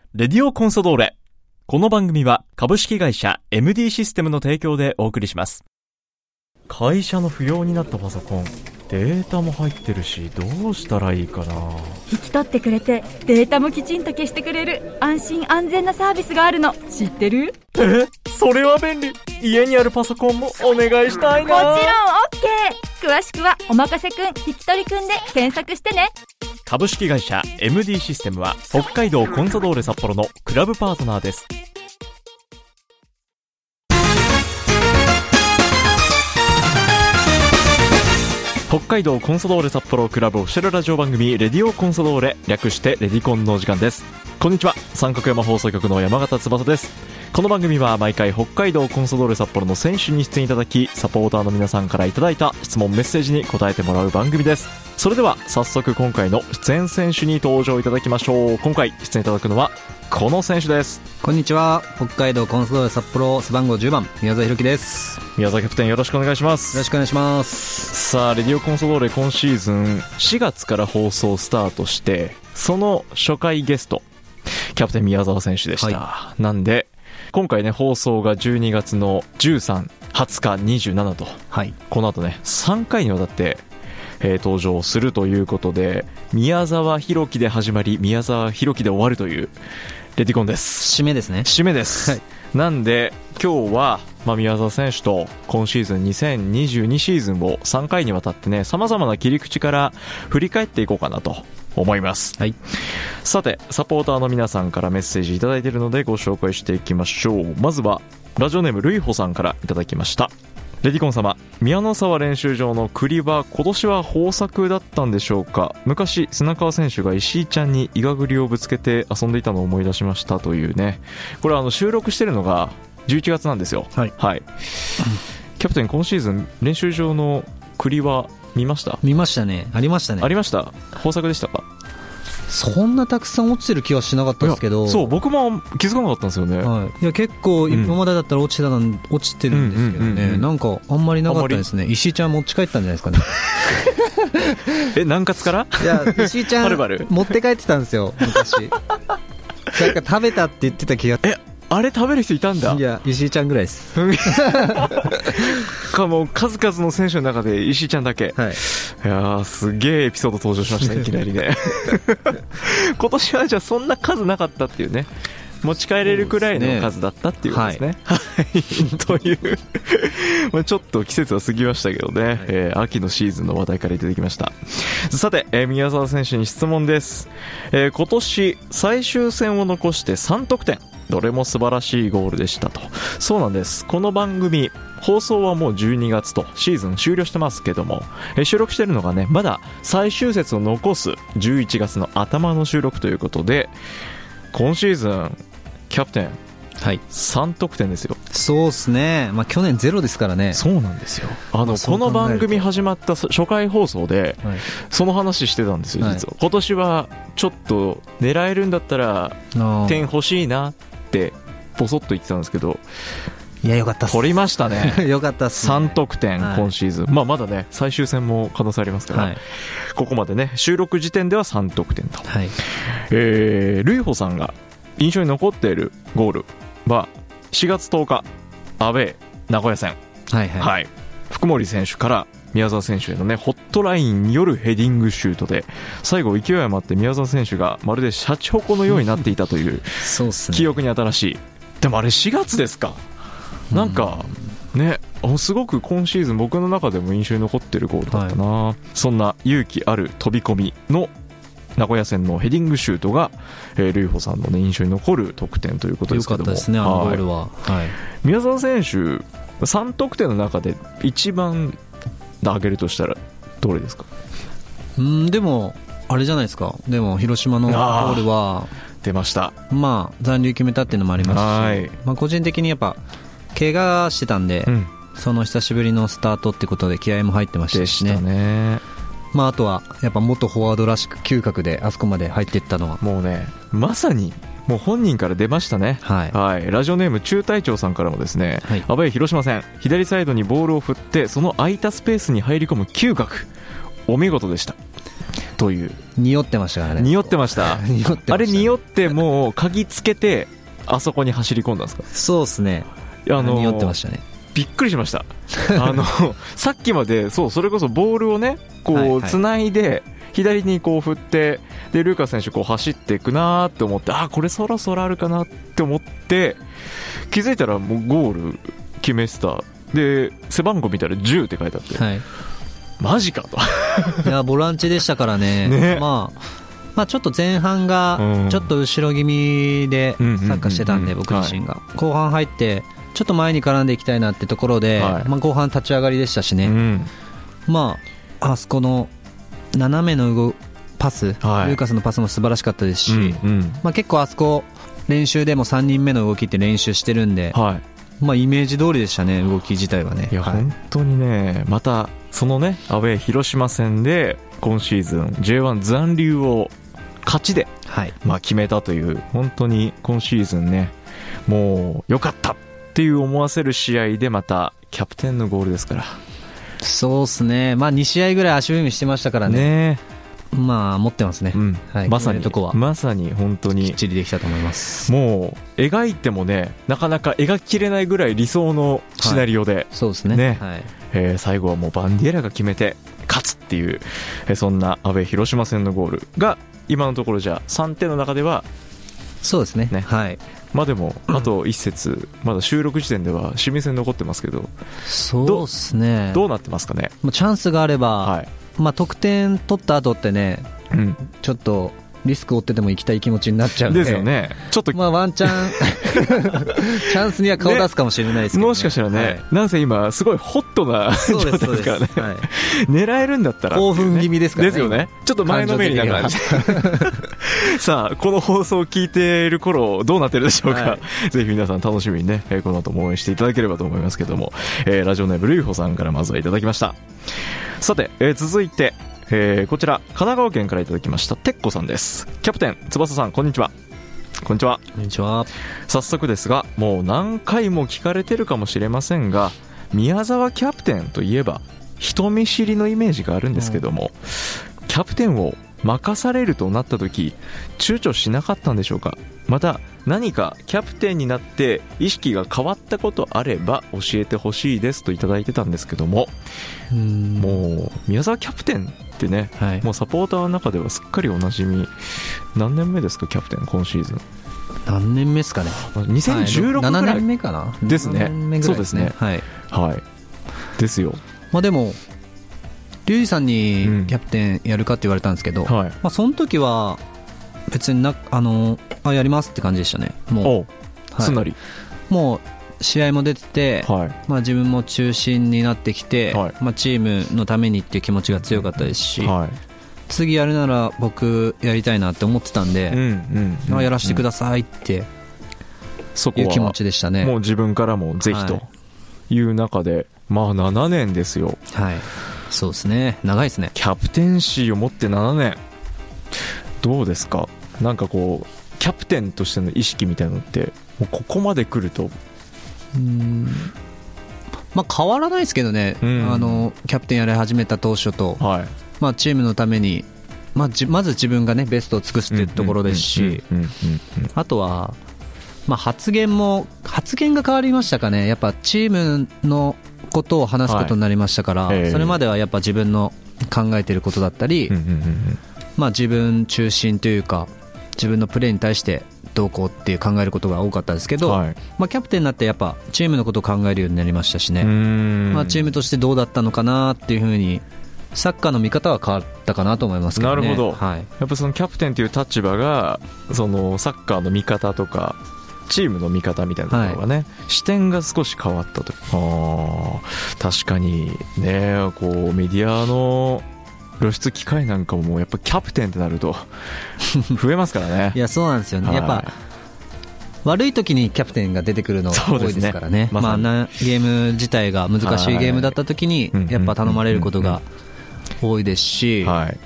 レディオコンソドーレ。この番組は株式会社 MD システムの提供でお送りします。会社の不要になったパソコン、データも入ってるし、どうしたらいいかな。 引き取ってくれてデータもきちんと消してくれる安心安全なサービスがあるの知ってる？ それは便利。家にあるパソコンもお願いしたいな。 もちろん OK。 詳しくはおまかせくん引き取りくんで検索してね。 株式会社 MD システムは北海道コンサドーレ札幌のクラブパートナーです。北海道コンサドーレ札幌クラブオフィシャルラジオ番組レディオコンサドーレ、略してレディコンのお時間です。こんにちは、三角山放送局の山形翼です。この番組は毎回北海道コンサドーレ札幌の選手に出演いただき、サポーターの皆さんからいただいた質問メッセージに答えてもらう番組です。それでは早速今回の出演選手に登場いただきましょう。今回出演いただくのはこの選手です。 こんにちは、北海道コンサドーレ札幌背番号10番宮沢弘樹です。 宮沢キャプテン、よろしくお願いします。 よろしくお願いします。 さあ、レディオコンサドーレ今シーズン4月から放送スタートして、その初回ゲストキャプテン宮沢選手でした、なんで今回ね、放送が12月の13、20日、27と、この後ね3回にわたって登場するということで、宮沢弘樹で始まり宮沢弘樹で終わるというレディコンです。 締めですね。 締めです、なんで今日は、宮沢選手と今シーズン2022シーズンを3回にわたってね、様々な切り口から振り返っていこうかなと思います、さて、サポーターの皆さんからメッセージいただいているのでご紹介していきましょう。まずはラジオネームルイホさんからいただきました。レディコン様、宮の沢練習場の栗は今年は豊作だったんでしょうか。昔砂川選手が石井ちゃんにイガグリをぶつけて遊んでいたのを思い出しましたというね。これ収録してるのが11月なんですよ。キャプテン、今シーズン練習場の栗は見ました？ 見ましたね。ありましたね。 ありました。豊作でしたか？ そんなたくさん落ちてる気はしなかったですけど。 そう、僕も気づかなかったんですよね、 いや結構今までだったら落ちてるんですけどね、なんかあんまりなかったですね。石井ちゃん持ち帰ったんじゃないですかね南葛から？ いや、石井ちゃん持って帰ってたんですよ昔なんか食べたって言ってた気が。 あれ食べる人いたんだ。 いや、石井ちゃんぐらいですもう数々の選手の中で石井ちゃんだけ、いやすげえエピソード登場しましたねいきなりね今年はじゃあそんな数なかったっていうね、持ち帰れるくらいの数だったっていうことですね。というちょっと季節は過ぎましたけどね、秋のシーズンの話題から出てきました。さて、宮沢選手に質問です。今年最終戦を残して3得点、どれも素晴らしいゴールでしたと。そうなんです。この番組放送はもう12月とシーズン終了してますけども、収録してるのがね、まだ最終節を残す11月の頭の収録ということで、今シーズンキャプテン、3得点ですよ。 そうですね、去年ゼロですからね。 そうなんですよ。この番組始まった初回放送で、その話してたんですよ、実は。今年はちょっと狙えるんだったら点欲しいなってボソッと言ってたんですけど、 いや、よかったっす。 取りましたねよかったっすね。 3得点、今シーズン、まだね最終戦も可能性ありますから、ここまでね収録時点では3得点と、ルイホさんが印象に残っているゴールは4月10日アウェー名古屋戦、福森選手から宮沢選手へのねホットラインによるヘディングシュートで、最後勢い余って宮沢選手がまるでシャチホコのようになっていたという記憶に新しい。でもあれ4月ですか。なんかね、すごく今シーズン僕の中でも印象に残っているゴールだったな、そんな勇気ある飛び込みの名古屋戦のヘディングシュートが、ルイホさんの、ね、印象に残る得点ということですけども、 よかったですね、あのゴールは。 宮沢選手3得点の中で一番挙げるとしたらどれですか？ でもあれじゃないですか。でも広島のゴールは出ました。 残留決めたっていうのもありますし、個人的にやっぱ怪我してたんで、その久しぶりのスタートってことで気合も入ってましたしね。あとはやっぱ元フォワードらしく嗅覚であそこまで入っていったのはもうね、まさにもう本人から出ましたね。ラジオネーム中隊長さんからもですね、アウェー広島戦左サイドにボールを振ってその空いたスペースに入り込む嗅覚、お見事でした。 という。 匂ってましたからね。 匂ってました匂ってました。 あれ匂ってもう鍵つけてあそこに走り込んだんですか？ そうですね、匂ってましたね。 びっくりしましたさっきまでそれこそボールをねこうつないで左にこう振ってでルーカス選手こう走っていくなーって思って、これそろそろあるかなって思って気づいたらもうゴール決めてた。で背番号見たら10って書いてあって、はい、マジかといやボランチでしたからねまあちょっと前半がちょっと後ろ気味でサッカーしてたんで、僕自身が、はい、後半入ってちょっと前に絡んでいきたいなってところで、はい、後半立ち上がりでしたしね、あそこの斜めのパス、はい、ルーカスのパスも素晴らしかったですし、結構あそこ練習でも3人目の動きって練習してるんで、はい、イメージ通りでしたね、動き自体はね。 いや、はい、本当にね、またそのねアウェー広島戦で今シーズン J1 残留を勝ちで、はい、決めたという、本当に今シーズンねもう良かったっていう思わせる試合でまたキャプテンのゴールですから。 そうですね、2試合ぐらい足踏みしてましたからね。持ってますね、はい、 まさに本当にきっちりできたと思います。 もう描いてもねなかなか描ききれないぐらい理想のシナリオで、はい、 そうですね、 はい、最後はもうバンディエラが決めて勝つっていう、そんなアウェー広島戦のゴールが今のところじゃあ3点の中ではそうですね、はい、 でもあと1節まだ収録時点では清水戦残ってますけど、 そうですね、 どうなってますかね。 チャンスがあれば、はい、得点取った後ってね、ちょっとリスクを負ってでも行きたい気持ちになっちゃうんで、 ですよね。ちょっとワンチャンチャンスには顔出すかもしれないですけど、ね、 もしかしたらね、はい、なんせ今すごいホットな状態ですからね、はい、狙えるんだったら、 興奮気味ですからね。 ですよね。ちょっと前のめりな感じさあこの放送を聞いている頃どうなってるでしょうか、はい、ぜひ皆さん楽しみにね、この後も応援していただければと思いますけども、ラジオネームルイホさんからまずはいただきました。さて、続いてこちら神奈川県からいただきましたてっこさんです。キャプテン翼さん、こんにちは。こんにちは。 こんにちは。 早速ですが、もう何回も聞かれてるかもしれませんが、宮沢キャプテンといえば人見知りのイメージがあるんですけども、キャプテンを任されるとなった時躊躇しなかったんでしょうか。また何かキャプテンになって意識が変わったことあれば教えてほしいですといただいてたんですけども、もう宮沢キャプテンってね、はい、もうサポーターの中ではすっかりおなじみ。何年目ですかキャプテン、今シーズン。 何年目ですかね。 2016ぐらい、 7年目かなですね。 7年目ぐらいですね。 はい、はい、ですよ。 でもリュウジさんにキャプテンやるかって言われたんですけど、はい、その時は別にやりますって感じでしたね。もう、すんなり、 もう試合も出てて、はい、自分も中心になってきて、はい、チームのためにっていう気持ちが強かったですし、はい、次やるなら僕やりたいなって思ってたんで、やらせてくださいっていう気持ちでしたね。 もう自分からもぜひという中で、7年ですよ。はい、 そうですね、長いですね。 キャプテンシーを持って7年、どうですか。なんかこうキャプテンとしての意識みたいなのってもうここまで来ると変わらないですけどね、キャプテンやり始めた当初と、はい、チームのために、まず自分がねベストを尽くすっていうところですし、あとは、発言が変わりましたかね。やっぱチームのことを話すことになりましたから、はい、それまではやっぱ自分の考えていることだったり、自分中心というか自分のプレーに対してどうこうっていう考えることが多かったですけど、はい、キャプテンになってやっぱチームのことを考えるようになりましたしね。チームとしてどうだったのかなっていうふうにサッカーの見方は変わったかなと思いますけどね。 なるほど、 はい、 やっぱそのキャプテンという立場がそのサッカーの見方とかチームの見方みたいなところがね、はい、視点が少し変わったと。確かにね、こうメディアの露出機会なんかもやっぱキャプテンってなると増えますからね。 いやそうなんですよね、はい、やっぱ悪い時にキャプテンが出てくるのが多いですからね。ゲーム自体が難しいゲームだった時にやっぱ頼まれることが多いですし、チ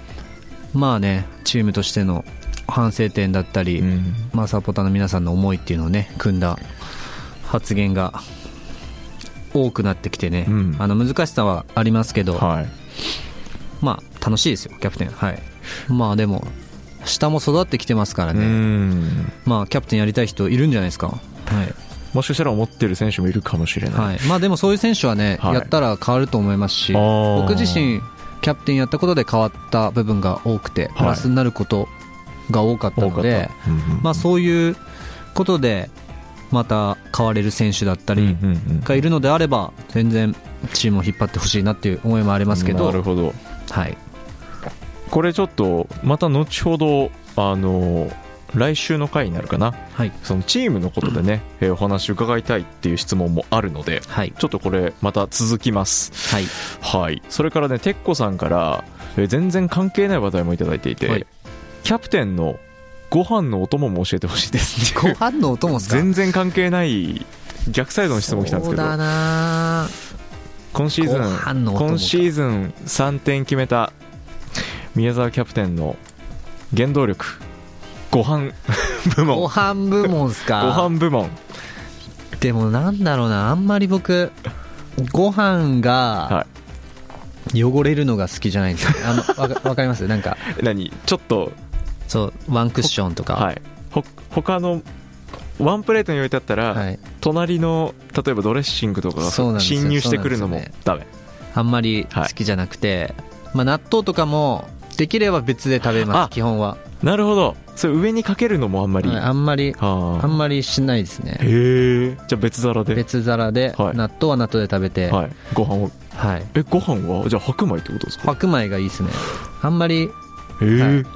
ームとしての反省点だったり、サポーターの皆さんの思いっていうのをね組んだ発言が多くなってきてね、難しさはありますけど、はい、楽しいですよキャプテン。はい、 まあでも下も育ってきてますからね。まあキャプテンやりたい人いるんじゃないですか。はい、 もしかしたら思ってる選手もいるかもしれない。 はい、まあでもそういう選手はね、やったら変わると思いますし、僕自身キャプテンやったことで変わった部分が多くてプラスになることが多かったので、まあそういうことでまた変われる選手だったりがいるのであれば全然チームを引っ張ってほしいなっていう思いもありますけど。 なるほど。 はい、 これちょっとまた後ほど来週の回になるかな、はい、そのチームのことでね、お話伺いたいっていう質問もあるので、はい、ちょっとこれまた続きます。はい、はい、それからね、てっこさんから、全然関係ない話題もいただいていて、はい、キャプテンのご飯のお供も教えてほしいですご飯のお供ですか？ 全然関係ない逆サイドの質問来たんですけど、 そうだな、 今シーズン3点決めた宮澤キャプテンの原動力、ご飯部門。 ご飯部門ですか？ ご飯部門。 でもなんだろうな、あんまり僕ご飯が汚れるのが好きじゃないんですよ。わかります？なんか何ちょっとそうワンクッションとか、 はい、他のワンプレートに置いてあったら、はい、隣の例えばドレッシングとかが侵入してくるのもダメ。 あんまり好きじゃなくて、まあ、納豆とかもできれば別で食べます、基本は。 なるほど。それ上にかけるのもあんまり、 はい、あんまりしないですね。 へえ。じゃあ別皿で、 はい、納豆は納豆で食べて、 はい、ご飯を、 はい、 ご飯はじゃあ白米ってことですか？ 白米がいいですね。あんまり、 へえ、はい、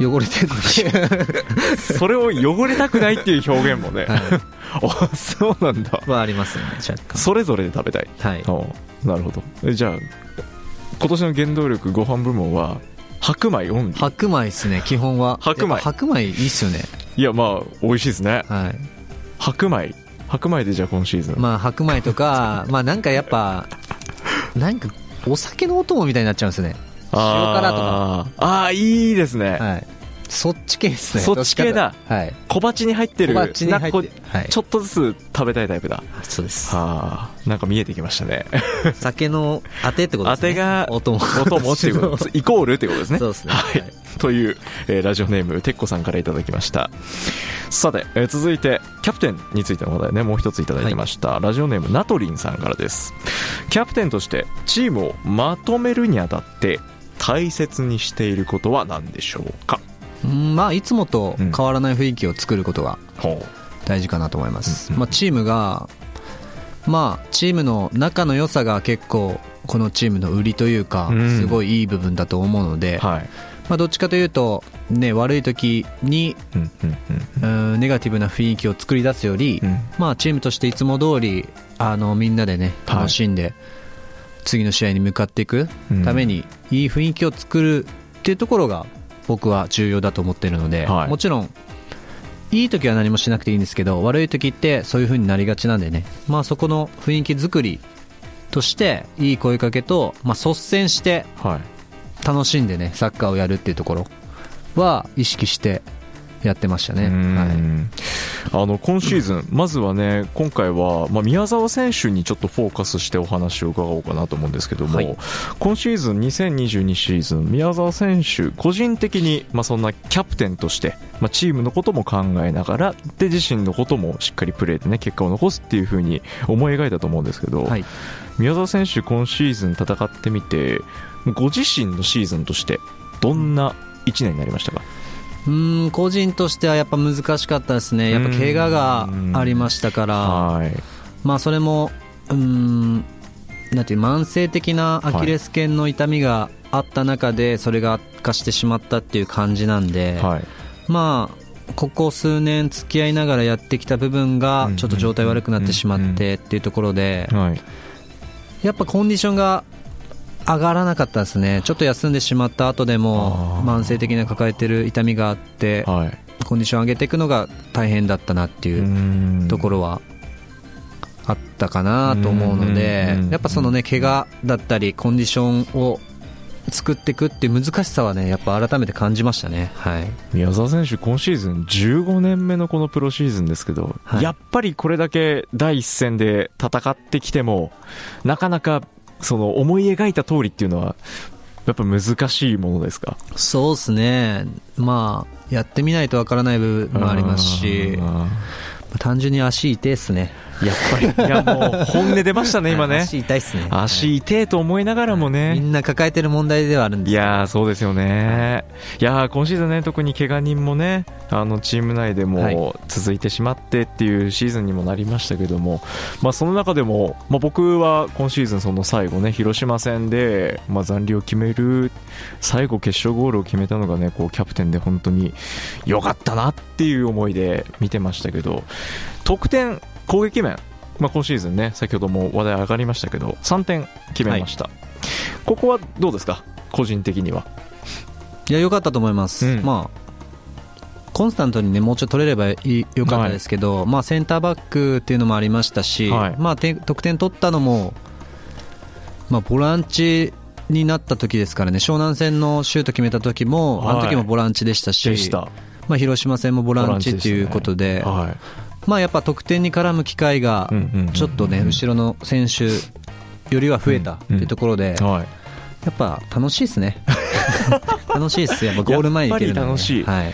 汚れてるのそれを汚れたくないっていう表現もね、はい、あ、そうなんだ。 はありますね、若干。 それぞれで食べたい。 はい、 なるほど。じゃあ今年の原動力ご飯部門は白米オンリー。 白米ですね、基本は。白米いいっすよね。 いや、まあ美味しいですね。 はい、 白米でじゃあ今シーズン、 まあ白米とかまあなんかやっぱなんかお酒のお供みたいになっちゃうんですね。塩辛とか。 ああ、いいですね。 はい、そっち系ですね。 そっち系だ。はい、小鉢に入ってる。 はい、ちょっとずつ食べたいタイプだ。 そうです。 なんか見えてきましたね。 酒のあてってことですね。 あてがお供っていうことイコールっていうことですね。 そうですね。 はい。という、ラジオネームてっこさんからいただきました。さて、続いてキャプテンについての話題ね、もう一ついただいてました、はい、ラジオネームなとりんさんからです。キャプテンとしてチームをまとめるにあたって大切にしていることは何でしょうか？ まあいつもと変わらない雰囲気を作ることが大事かなと思います、まあ、チームがまあチームの仲の良さが結構このチームの売りというかすごいいい部分だと思うので、はい、まあ、どっちかというと、ね、悪い時にネガティブな雰囲気を作り出すより、まあチームとしていつも通りみんなでね楽しんで次の試合に向かっていくためにいい雰囲気を作るっていうところが僕は重要だと思っているので、はい、もちろんいい時は何もしなくていいんですけど悪い時ってそういう風になりがちなんでね、まあ、そこの雰囲気作りとしていい声かけと、まあ、率先して楽しんでねサッカーをやるっていうところは意識してやってましたね。 はい、今シーズンまずはね今回は、宮澤選手にちょっとフォーカスしてお話を伺おうかなと思うんですけども、はい、今シーズン2022シーズン宮澤選手個人的に、そんなキャプテンとして、チームのことも考えながらで自身のこともしっかりプレーでね結果を残すっていう風に思い描いたと思うんですけど、はい、宮澤選手今シーズン戦ってみてご自身のシーズンとしてどんな1年になりましたか？ 個人としてはやっぱ難しかったですね。やっぱ怪我がありましたから、それもなんていう慢性的なアキレス腱の痛みがあった中でそれが悪化してしまったっていう感じなんで、ここ数年付き合いながらやってきた部分がちょっと状態悪くなってしまってっていうところで、やっぱコンディションが上がらなかったですね。ちょっと休んでしまった後でも慢性的な抱えてる痛みがあって、コンディション上げていくのが大変だったなっていうところはあったかなと思うので、やっぱそのね怪我だったりコンディションを作っていくっていう難しさはねやっぱ改めて感じましたね。はい、 宮澤選手今シーズン15年目のこのプロシーズンですけど、やっぱりこれだけ第一線で戦ってきてもなかなかその思い描いた通りっていうのはやっぱ難しいものですか？ そうですね、まあやってみないとわからない部分もありますし、単純に足痛いっすね。 やっぱり、いやもう本音出ましたね今ね。 足痛いっすね。 足痛いと思いながらもね、 みんな抱えてる問題ではあるんです。 いやそうですよね。いや今シーズンね、特に怪我人もね、チーム内でも続いてしまってっていうシーズンにもなりましたけども、まあその中でも、まあ、僕は今シーズンその最後ね、広島戦で、まあ、残留を決める最後決勝ゴールを決めたのがね、こうキャプテンで本当に良かったなっていう思いで見てましたけど、得点攻撃面、まあ、今シーズンね、先ほども話題上がりましたけど3点決めました、ここはどうですか、個人的には？ いや良かったと思います、まあコンスタントにねもうちょっと取れればよかったですけど、まあ、センターバックっていうのもありましたし、まあ、得点取ったのも、まあ、ボランチになった時ですからね。湘南戦のシュート決めた時も、あの時もボランチでしたし、まあ、広島戦もボランチということで、まあ、やっぱ得点に絡む機会がちょっとね後ろの選手よりは増えたっていうところで、やっぱ楽しいですね。楽しいです。やっぱゴール前に行けるので、 やっぱり楽しい、はい、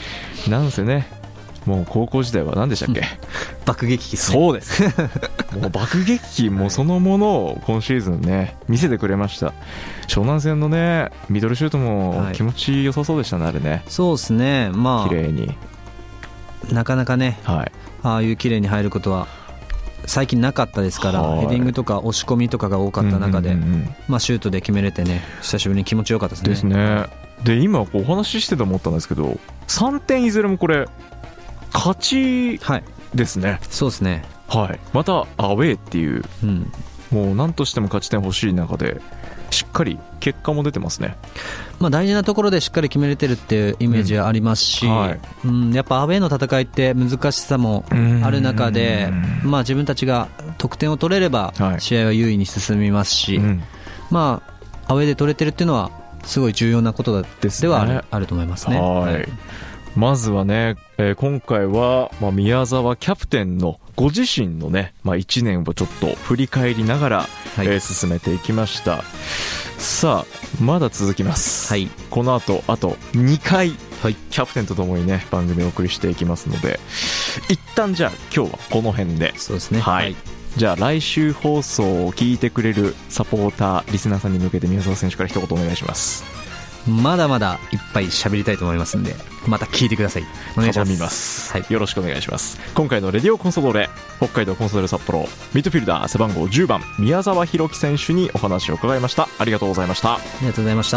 なんせね、もう高校時代は何でしたっけ、 爆撃機ですね。 そうです。もう爆撃機もそのものを今シーズンね見せてくれました。湘南戦のねミドルシュートも気持ちよさそうでしたね、あれね。 そうですね、まあ綺麗になかなかね、ああいう綺麗に入ることは最近なかったですから、ヘディングとか押し込みとかが多かった中で、まあ、シュートで決めれてね、久しぶりに気持ちよかったですね。 ですね。で今こうお話ししてて思ったんですけど、3点いずれもこれ勝ちですね。 そうですね、 はい、またアウェーっていう、もう何としても勝ち点欲しい中でしっかり結果も出てますね。 まあ、大事なところでしっかり決めれてるっていうイメージはありますし、やっぱアウェーの戦いって難しさもある中で、まあ、自分たちが得点を取れれば試合は優位に進みますし、まあ、アウェーで取れてるっていうのはすごい重要なことではあると思いますね。 まずはね、今回は、まあ、宮澤キャプテンのご自身のね、まあ、1年をちょっと振り返りながら、進めていきました。さあまだ続きます、この後あと2回、キャプテンとともにね番組をお送りしていきますので、一旦じゃあ今日はこの辺で。 そうですね、 じゃあ来週放送を聞いてくれるサポーターリスナーさんに向けて宮澤選手から一言お願いします。 まだまだいっぱい喋りたいと思いますんで、また聞いてください。お願いします。 頼みます、よろしくお願いします。今回のレディオコンソドーレ、北海道コンソドーレ札幌ミッドフィルダー背番号10番宮澤宏樹選手にお話を伺いました。ありがとうございました。 ありがとうございました。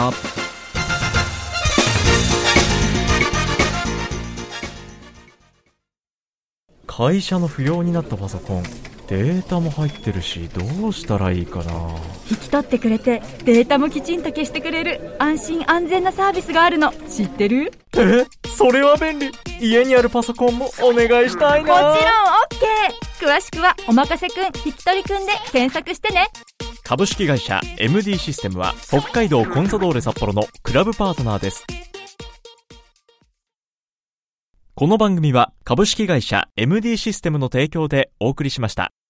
会社の不要になったパソコン、データも入ってるしどうしたらいいかな。 引き取ってくれてデータもきちんと消してくれる安心安全なサービスがあるの知ってる？ それは便利。家にあるパソコンもお願いしたいな。 もちろん OK。 詳しくはおまかせくん引き取りくんで検索してね。 株式会社 MD システムは北海道コンサドーレ札幌のクラブパートナーです。この番組は株式会社 MD システムの提供でお送りしました。